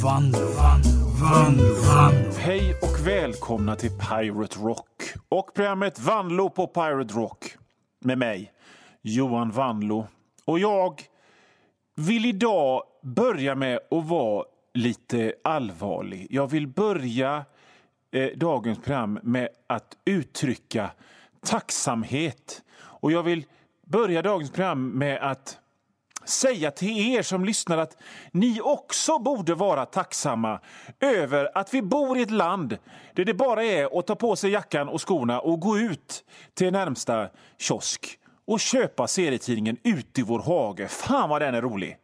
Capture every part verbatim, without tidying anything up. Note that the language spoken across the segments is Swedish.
Vanlo, Vanlo, Vanlo, Vanlo. Hej och välkomna till Pirate Rock och programmet Vanlo på Pirate Rock med mig, Johan Vanlo. Och jag vill idag börja med att vara lite allvarlig. Jag vill börja eh, dagens program med att uttrycka tacksamhet. Och jag vill börja dagens program med att säga till er som lyssnar att ni också borde vara tacksamma över att vi bor i ett land där det bara är att ta på sig jackan och skorna och gå ut till närmsta kiosk och köpa serietidningen Ut i vår hage. Fan vad den är rolig.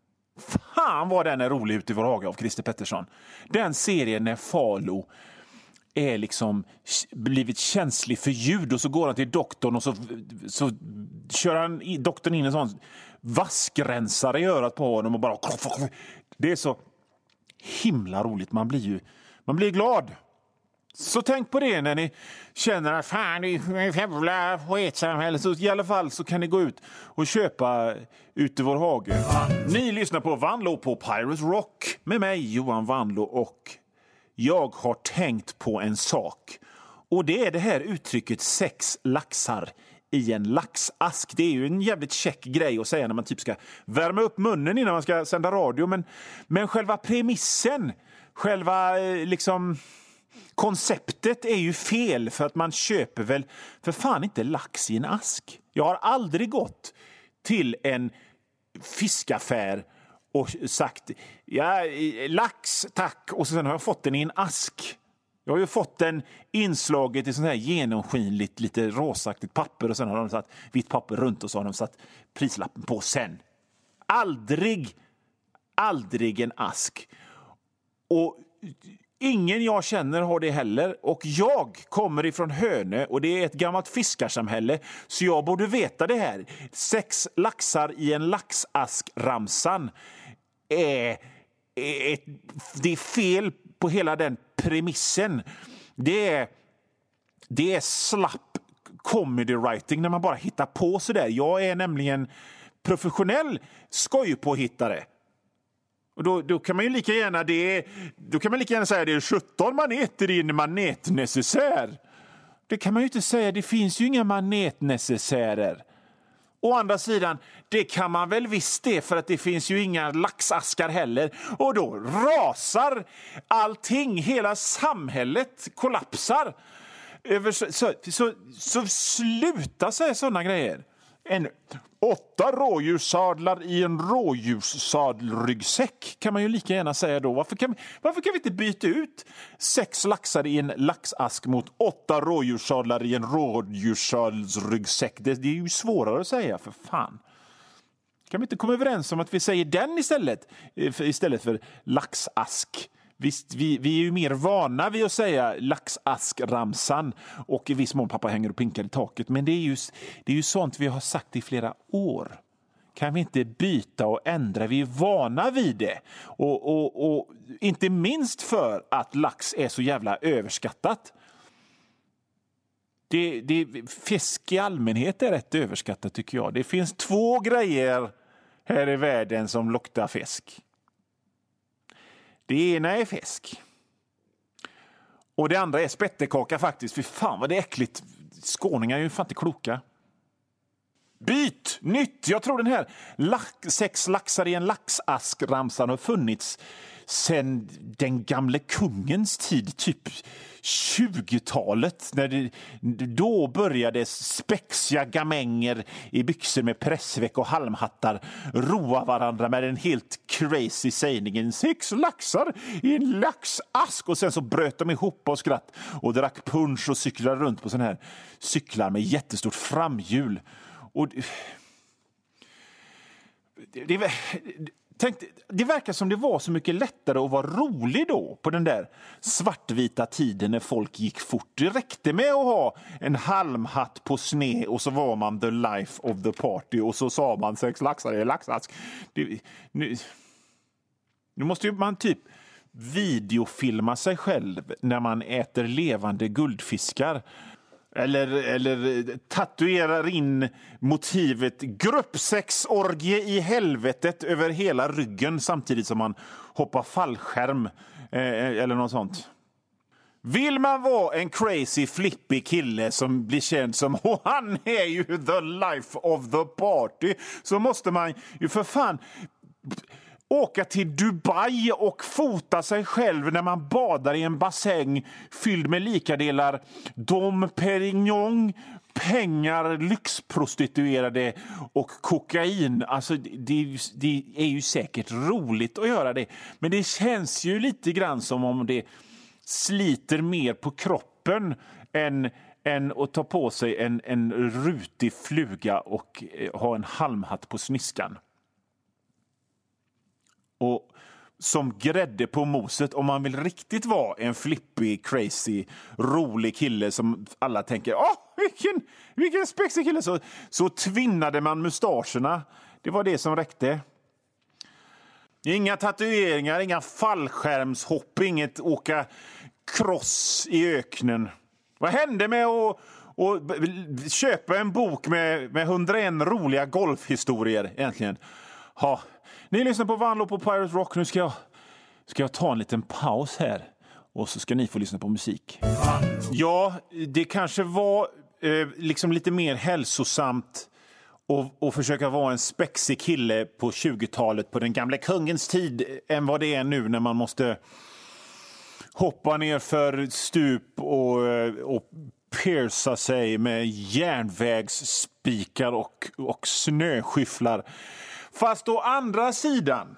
Fan vad den är rolig, Ut i vår hage av Christer Pettersson. Den serien när Falo är liksom blivit känslig för ljud och så går han till doktorn och så, så kör han i, doktorn in en sån vaskrensare i örat på honom och bara... Det är så himla roligt. Man blir ju man blir glad. Så tänk på det när ni känner att fan, det är ett jävla skitsamhälle. Så i alla fall så kan ni gå ut och köpa Ut i vår hage. Ni lyssnar på Vanlo på Pirate Rock med mig, Johan Vanlo, och jag har tänkt på en sak. Och det är det här uttrycket sex laxar i en laxask. Det är ju en jävligt check grej att säga när man typ ska värma upp munnen innan man ska sända radio. Men, men själva premissen, själva liksom konceptet är ju fel, för att man köper väl för fan inte lax i en ask. Jag har aldrig gått till en fiskaffär och sagt, ja, lax tack, och sen har jag fått den i en ask. Jag har ju fått den inslaget i sån här genomskinligt, lite rosaktigt papper, och sen har de satt vitt papper runt och så har de satt prislappen på sen. Aldrig, aldrig en ask. Och ingen jag känner har det heller. Och jag kommer ifrån Hönö och det är ett gammalt fiskarsamhälle, så jag borde veta det här. Sex laxar i en laxask-ramsan är, är, det är fel på hela den premissen. Det är, det är slapp comedy writing när man bara hittar på så där. Jag är nämligen professionell skojpåhittare. Och då, då kan man ju lika gärna det då kan man lika gärna säga det är sjutton maneter i en manetnecessär. Det kan man ju inte säga, det finns ju inga manetnecessärer. Å andra sidan, det kan man väl visst det, för att det finns ju inga laxaskar heller. Och då rasar allting, hela samhället kollapsar. Så, så, så, så sluta säga sådana grejer. En åtta rådjurssadlar i en rådjurssadelryggsäck kan man ju lika gärna säga då. Varför kan, varför kan vi inte byta ut sex laxar i en laxask mot åtta rådjurssadlar i en rådjurssadelsryggsäck? Det, det är ju svårare att säga, för fan. Kan vi inte komma överens om att vi säger den istället, istället för laxask? Visst, vi, vi är ju mer vana vid att säga laxaskramsan, och i viss mån pappa hänger och pinkar i taket. Men det är, ju, det är ju sånt vi har sagt i flera år. Kan vi inte byta och ändra? Vi är vana vid det. Och, och, och inte minst för att lax är så jävla överskattat. Det, det, fisk i allmänhet är rätt överskattat, tycker jag. Det finns två grejer här i världen som luktar fisk. Det ena är fisk. Och det andra är spettekaka faktiskt. För fan vad det är äckligt. Skåningar är ju fan inte kloka. Byt! Nytt! Jag tror den här lax, sex laxar i en laxask-ramsan har funnits sen den gamle kungens tid, typ tjugotalet, när det, då började spexiga gamänger i byxor med pressveck och halmhattar roa varandra med en helt crazy sägningen sex laxar i en laxask, och sen så bröt de ihop och skratt och drack punch och cyklade runt på sån här cyklar med jättestort framhjul. Och det, det, tänk, det verkar som det var så mycket lättare att vara rolig då, på den där svartvita tiden när folk gick fort. Det räckte med att ha en halmhatt på sne och så var man the life of the party, och så sa man sex laxar i laxask. Det, nu, nu måste ju man typ videofilma sig själv när man äter levande guldfiskar. Eller, eller tatuerar in motivet gruppsexorgie i helvetet över hela ryggen samtidigt som man hoppar fallskärm eh, eller något sånt. Vill man vara en crazy flippy kille som blir känd som och han är ju the life of the party, så måste man ju för fan åka till Dubai och fota sig själv när man badar i en bassäng fylld med likadelar Dom Perignon, pengar, lyxprostituerade och kokain. Alltså det, det är ju säkert roligt att göra det, men det känns ju lite grann som om det sliter mer på kroppen än, än att ta på sig en, en rutig fluga och ha en halmhatt på sniskan. Och som grädde på moset, om man vill riktigt vara en flippy, crazy, rolig kille som alla tänker, åh, vilken, vilken spexig kille, så, så tvinnade man mustascherna. Det var det som räckte. Inga tatueringar, inga fallskärmshopp, inget åka cross i öknen. Vad hände med att, att köpa en bok med, med hundraen roliga golfhistorier egentligen? Ha. Ni lyssnar på Vanlo på Pirate Rock. Nu ska jag, ska jag ta en liten paus här. Och så ska ni få lyssna på musik. Ja, det kanske var eh, liksom lite mer hälsosamt och, och försöka vara en spexig kille på tjugotalet på den gamla kungens tid än vad det är nu när man måste hoppa ner för stup och, och pierca sig med järnvägsspikar och, och snöskyfflar. Fast å andra sidan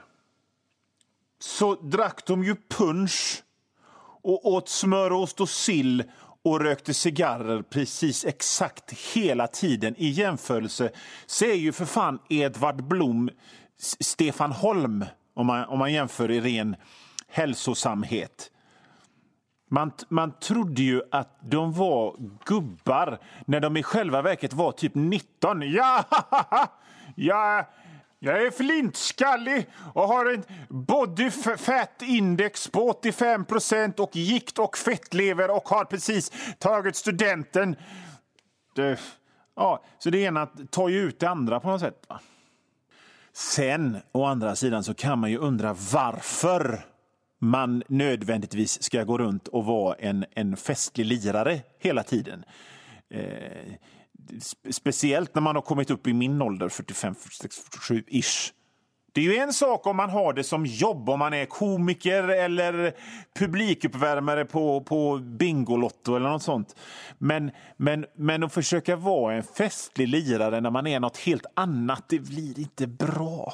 så drack de ju punch och åt smörost och sill och rökte cigarrer precis exakt hela tiden. I jämförelse så är ju för fan Edvard Blom Stefan Holm om man, om man jämför i ren hälsosamhet. Man, man trodde ju att de var gubbar när de i själva verket var typ nitton. Ja, ja, jag är flintskallig och har en body fat index på åttiofem procent och gikt och fettlever och har precis tagit studenten. Det, ja, så det ena tar ju ut det andra på något sätt. Va? Sen, å andra sidan, så kan man ju undra varför man nödvändigtvis ska gå runt och vara en, en festlig lirare hela tiden. Eh, speciellt när man har kommit upp i min ålder, fyrtiofem fyrtiosju ish. Det är ju en sak om man har det som jobb, om man är komiker eller publikuppvärmare på, på Bingolotto eller något sånt. Men, men, men att försöka vara en festlig lirare när man är något helt annat, det blir inte bra.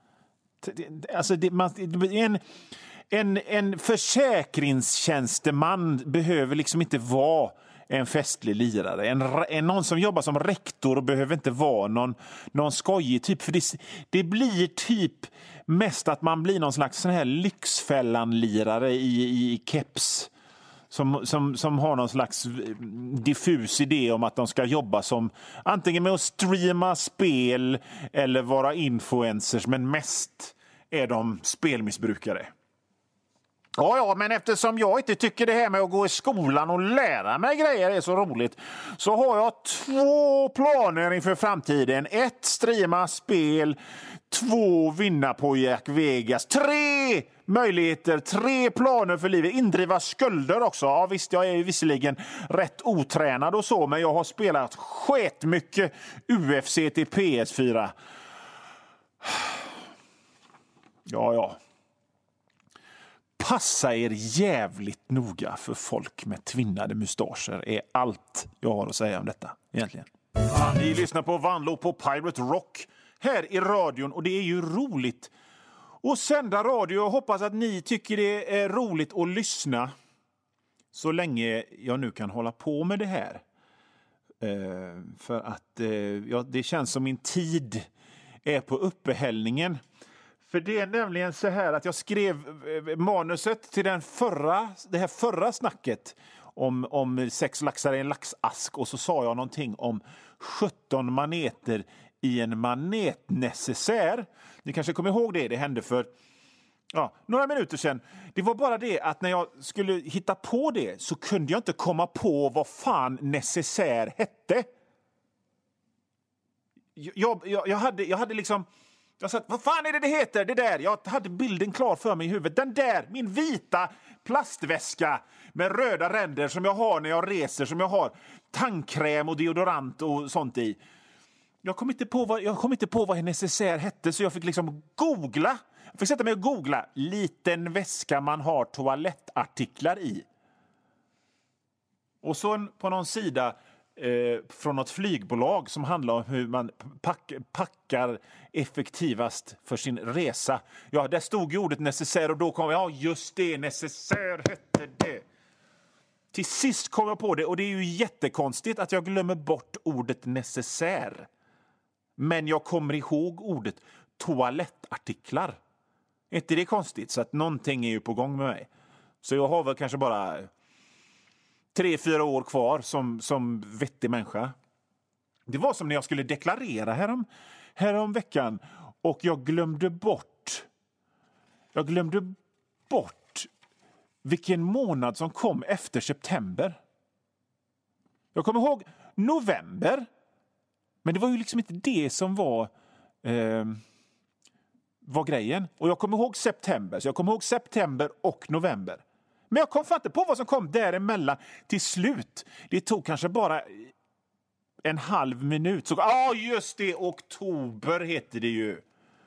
Alltså det, man, en, en, en försäkringstjänsteman behöver liksom inte vara en festlig lirare. En, en, någon som jobbar som rektor behöver inte vara någon, någon skojig typ. För det, det blir typ mest att man blir någon slags sån här lyxfällan-lirare i, i keps. Som, som, som har någon slags diffus idé om att de ska jobba som antingen med att streama spel eller vara influencers. Men mest är de spelmissbrukare. Ja, ja, men eftersom jag inte tycker det här med att gå i skolan och lära mig grejer är så roligt, så har jag två planer inför framtiden. Ett, streama spel. Två, vinna på Jack Vegas. Tre möjligheter, tre planer för livet. Indriva skulder också. Ja, visst, jag är visserligen rätt otränad och så, men jag har spelat skitmycket U F C till P S fyra. Ja, ja. Passa er jävligt noga för folk med tvinnade mustascher är allt jag har att säga om detta egentligen. Ni lyssnar på Vanlo på Pirate Rock här i radion, och det är ju roligt att sända radio. Jag hoppas att ni tycker det är roligt att lyssna så länge jag nu kan hålla på med det här. Uh, för att uh, ja, det känns som min tid är på uppehällningen. För det är nämligen så här att jag skrev manuset till den förra, det här förra snacket om, om sex laxar i en laxask, och så sa jag någonting om sjutton maneter i en manetnecessär. Ni kanske kommer ihåg det, det hände för Ja, några minuter sedan. Det var bara det att när jag skulle hitta på det så kunde jag inte komma på vad fan necessär hette. Jag, jag, jag, hade, jag hade liksom... Jag sa, vad fan är det det heter? Det där. Jag hade bilden klar för mig i huvudet. Den där, min vita plastväska med röda ränder som jag har när jag reser, som jag har tandkräm och deodorant och sånt i. Jag kom inte på vad, jag kom inte på vad necessär hette, så jag fick liksom googla. Jag fick sätta mig och googla. Liten väska man har toalettartiklar i. Och så på någon sida eh, från något flygbolag som handlar om hur man pack, packar effektivast för sin resa. Ja, där stod ju ordet necessär och då kom jag, ja just det, necessär hette det. Till sist kom jag på det, och det är ju jättekonstigt att jag glömmer bort ordet necessär. Men jag kommer ihåg ordet toalettartiklar. Är inte det konstigt? Så att någonting är ju på gång med mig. Så jag har väl kanske bara tre, fyra år kvar som, som vettig människa. Det var som när jag skulle deklarera härom, härom veckan. Och jag glömde bort... Jag glömde bort vilken månad som kom efter september. Jag kommer ihåg november. Men det var ju liksom inte det som var... Eh, var grejen. Och jag kommer ihåg september. Så jag kommer ihåg september och november. Men jag kom inte på vad som kom däremellan till slut. Det tog kanske bara en halv minut. Så, ja, ah, just det. Oktober heter det ju.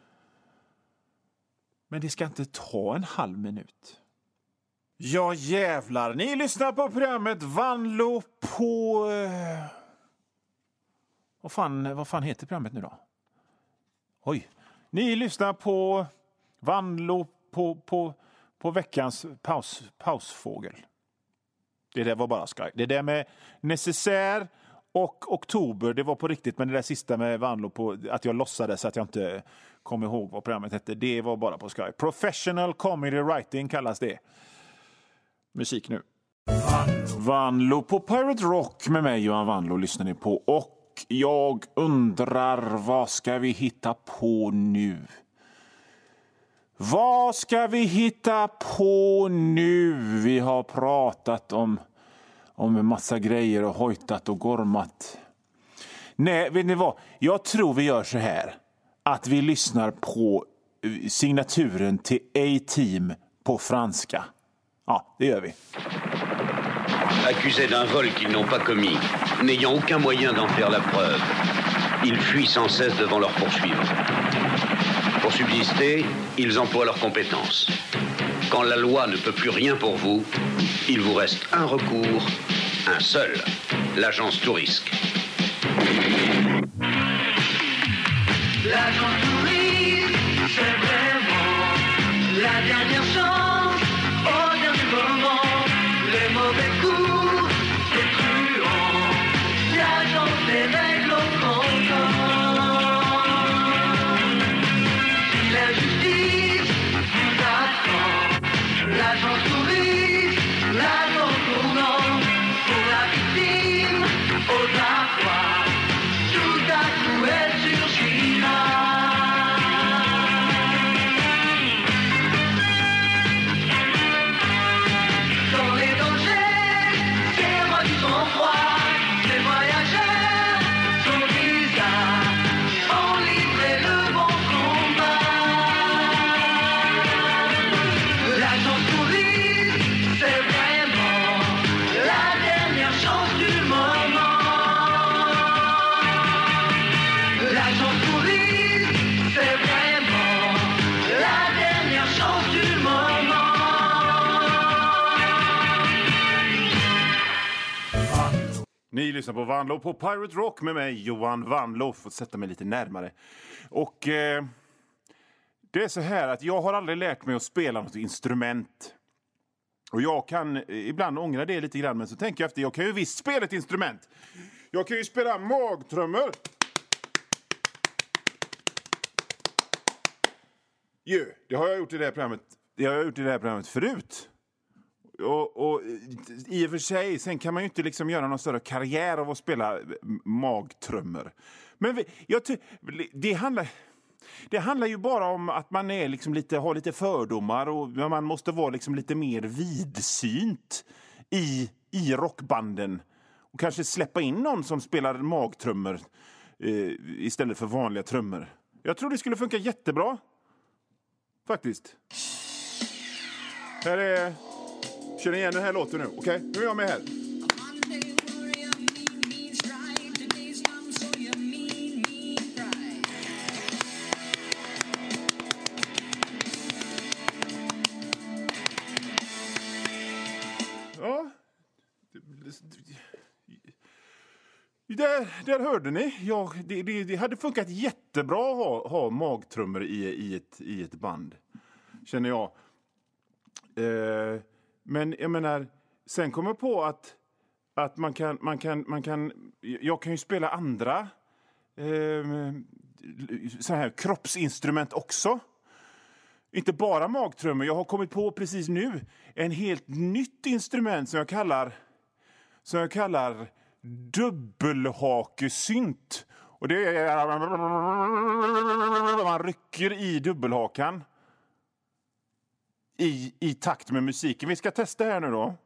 Men det ska inte ta en halv minut. Ja, jävlar. Ni lyssnar på programmet Vanlo på... Eh... Vad fan, vad fan heter programmet nu då? Oj. Ni lyssnar på Vanlo på, på, på veckans paus, pausfågel. Det där var bara skoj. Det där med necessär och oktober, det var på riktigt. Men det där sista med Vanlo på att jag låtsades att jag inte kom ihåg vad programmet hette, det var bara på skoj. Professional Comedy Writing kallas det. Musik nu. Vanlo på Pirate Rock med mig, Johan Vanlo, lyssnar ni på. Och jag undrar, vad ska vi hitta på nu? Vad ska vi hitta på nu? Vi har pratat om, om en massa grejer och hojtat och gormat. Nej, vet ni vad? Jag tror vi gör så här. Att vi lyssnar på signaturen till A-Team på franska. Ja, det gör vi. Accusés d'un vol qu'ils n'ont pas commis, n'ayant aucun moyen d'en faire la preuve, ils fuient sans cesse devant leurs poursuivants. Pour subsister, ils emploient leurs compétences. Quand la loi ne peut plus rien pour vous, il vous reste un recours, un seul, l'agence Tourisque. L'agence Tourisque, c'est vraiment la dernière chance, au dernier moment, les mauvais coups, c'est truand, l'agence les règle au comptant. Si la justice vous attend, l'agence Tourisque, l'agence tournant, pour la victime, au dardois, tout à coup elle surgira. Dans les dangers, c'est moi qui sont froid, les voyageurs sont bizarres, ont livré le bon combat. L'agence Tourisque, c'est vraiment la dernière chance du moment. L'agence Tourisque, c'est vraiment la dernière chance du moment. Ni lyssnar på Vanlo på Pirate Rock med mig, Johan Vanlo. Får sätta mig lite närmare. Och eh, det är så här att jag har aldrig lärt mig att spela något instrument. Och jag kan eh, ibland ångra det lite grann, men så tänker jag efter, jag kan ju visst spela ett instrument. Jag kan ju spela magtrummor. Jo, det har jag gjort i det här programmet. Det har jag gjort i det här programmet förut. Och, och i och för sig, sen kan man ju inte liksom göra någon större karriär av att spela magtrummor. Men vi, jag ty- det handlar... det handlar ju bara om att man är liksom lite, har lite fördomar och man måste vara liksom lite mer vidsynt i, i rockbanden. Och kanske släppa in någon som spelar magtrummor eh, istället för vanliga trummor. Jag tror det skulle funka jättebra. Faktiskt. Här är... Känner igen den här låten nu. Okej, okay? Nu är jag med här. Ja. Där, där hörde ni. Ja, det, det, det hade funkat jättebra att ha, ha magtrummor i, i, ett, i ett band. Känner jag. Eh, men jag menar, sen kommer jag på att, att man, kan, man, kan, man kan... Jag kan ju spela andra eh, så här kroppsinstrument också. Inte bara magtrummor. Jag har kommit på precis nu en helt nytt instrument som jag kallar... Som jag kallar... dubbelhakesynt. Och det är man rycker i dubbelhakan i, i takt med musiken. Vi ska testa här nu då.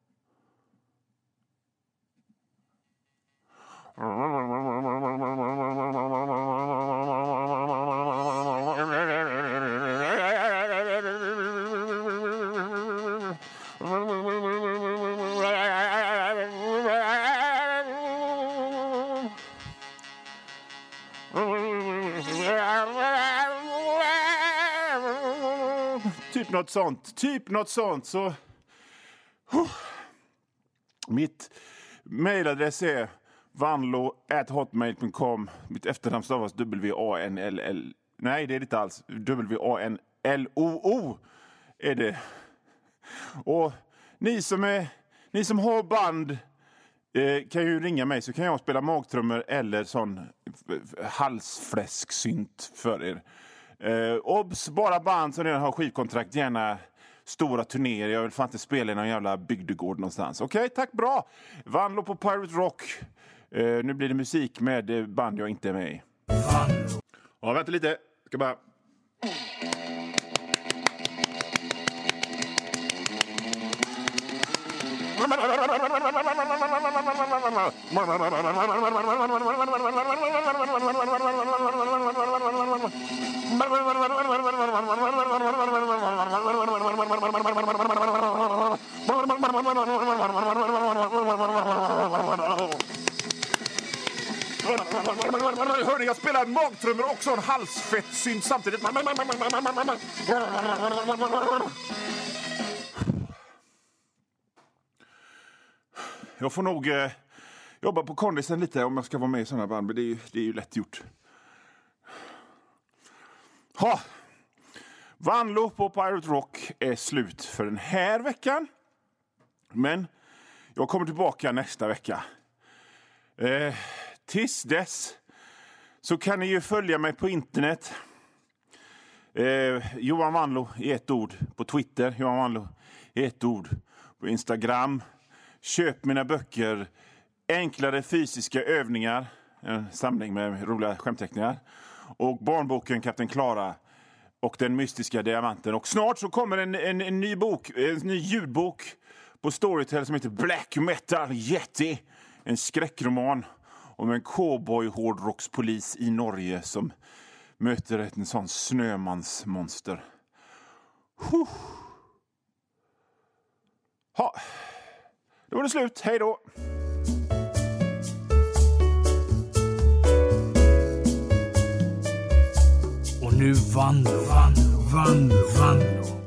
Typ något sånt. Typ något sånt. Så... Uh. Mitt mailadress är vanlo at hotmail dot com. Mitt efternamn stavas W A N L L. Nej, det är det inte alls. W A N L O O är det. Och ni som, är, ni som har band eh, kan ju ringa mig så kan jag spela magtrummor eller sån halsfläsksynt för er. Eh, obs, bara band som redan har skivkontrakt, gärna stora turnéer. Jag vill fan inte spela i någon jävla bygdegård någonstans. Okej, okay, tack, bra. Vanlo på Pirate Rock. Eh, nu blir det musik med band jag inte är med i. Ja, vänta lite. Ska bara... Hörni, jag spelar magtrummor och också en halsfettsynt samtidigt. Jag får nog eh, jobba på kondisen lite om jag ska vara med i sådana band. Men det är ju, det är ju lätt gjort. Ha! Vanlo på Pirate Rock är slut för den här veckan. Men jag kommer tillbaka nästa vecka. Eh, tills dess så kan ni ju följa mig på internet. Eh, Johan Vanlo i ett ord på Twitter. Johan Vanlo i ett ord på Instagram. Köp mina böcker. Enklare fysiska övningar. En samling med roliga skämtteckningar. Och barnboken Kapten Klara. Och den mystiska diamanten. Och snart så kommer en, en, en ny bok. En ny ljudbok på Storytel som heter Black Metal Yeti. En skräckroman om en cowboy-hårdrockspolis i Norge som möter en sån snömansmonster. Huh. Ha. Då var det slut. Hej då! Och nu Vanlo, Vanlo, Vanlo, Vanlo.